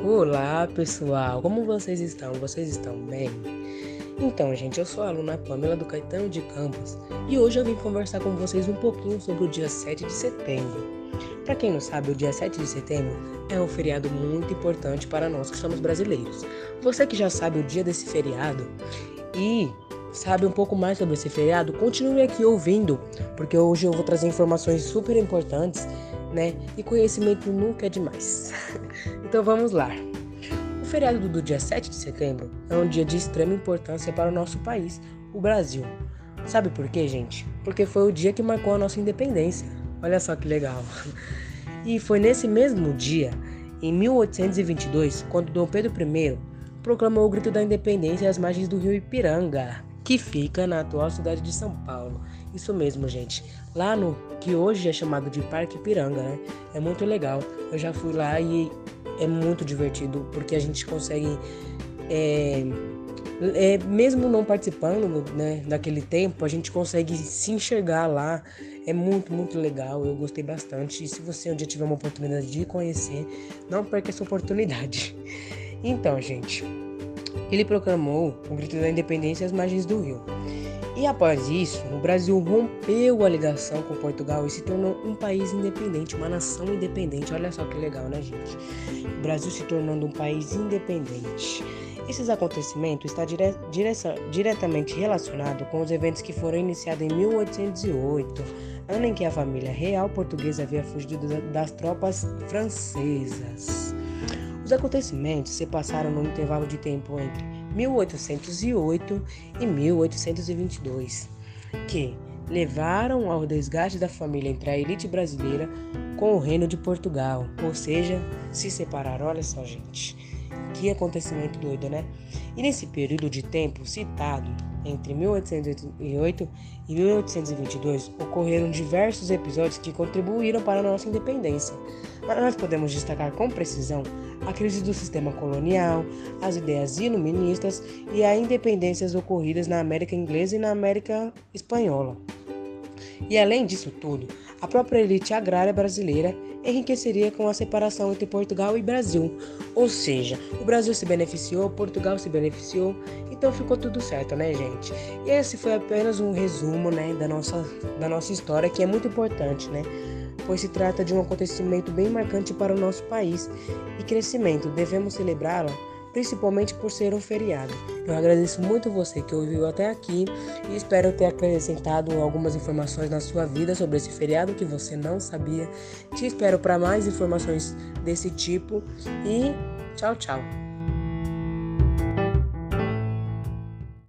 Olá, pessoal! Como vocês estão? Vocês estão bem? Então, gente, eu sou a aluna Pamela do Caetano de Campos e hoje eu vim conversar com vocês um pouquinho sobre o dia 7 de setembro. Para quem não sabe, o dia 7 de setembro é um feriado muito importante para nós que somos brasileiros. Você que já sabe o dia desse feriado e sabe um pouco mais sobre esse feriado, continue aqui ouvindo, porque hoje eu vou trazer informações super importantes, né? E conhecimento nunca é demais. Então vamos lá. O feriado do dia 7 de setembro é um dia de extrema importância para o nosso país, o Brasil. Sabe por quê, gente? Porque foi o dia que marcou a nossa independência. Olha só que legal. E foi nesse mesmo dia, em 1822, quando Dom Pedro I proclamou o Grito da Independência às margens do rio Ipiranga, que fica na atual cidade de São Paulo. Isso mesmo, gente. Lá no que hoje é chamado de Parque Ipiranga, né? É muito legal. Eu já fui lá e é muito divertido, porque a gente consegue, mesmo não participando, né, daquele tempo, a gente consegue se enxergar lá. É muito, muito legal. Eu gostei bastante. E se você um dia tiver uma oportunidade de conhecer, não perca essa oportunidade. Então, gente, ele proclamou o Grito da Independência às margens do rio. E após isso, o Brasil rompeu a ligação com Portugal e se tornou um país independente, uma nação independente. Olha só que legal, né, gente? O Brasil se tornando um país independente. Esses acontecimentos estão diretamente relacionados com os eventos que foram iniciados em 1808, ano em que a família real portuguesa havia fugido das tropas francesas. Os acontecimentos se passaram num intervalo de tempo entre 1808 e 1822, que levaram ao desgaste da família entre a elite brasileira com o Reino de Portugal, ou seja, se separaram. Olha só, gente, que acontecimento doido, né? E nesse período de tempo citado, entre 1808 e 1822, ocorreram diversos episódios que contribuíram para a nossa independência. Mas nós podemos destacar com precisão a crise do sistema colonial, as ideias iluministas e as independências ocorridas na América Inglesa e na América Espanhola. E além disso tudo, a própria elite agrária brasileira enriqueceria com a separação entre Portugal e Brasil. Ou seja, o Brasil se beneficiou, Portugal se beneficiou, então ficou tudo certo, né, gente? E esse foi apenas um resumo, né, da nossa história, que é muito importante, né? Pois se trata de um acontecimento bem marcante para o nosso país e crescimento. Devemos celebrá-la, principalmente por ser um feriado. Eu agradeço muito você que ouviu até aqui e espero ter acrescentado algumas informações na sua vida sobre esse feriado que você não sabia. Te espero para mais informações desse tipo e tchau, tchau!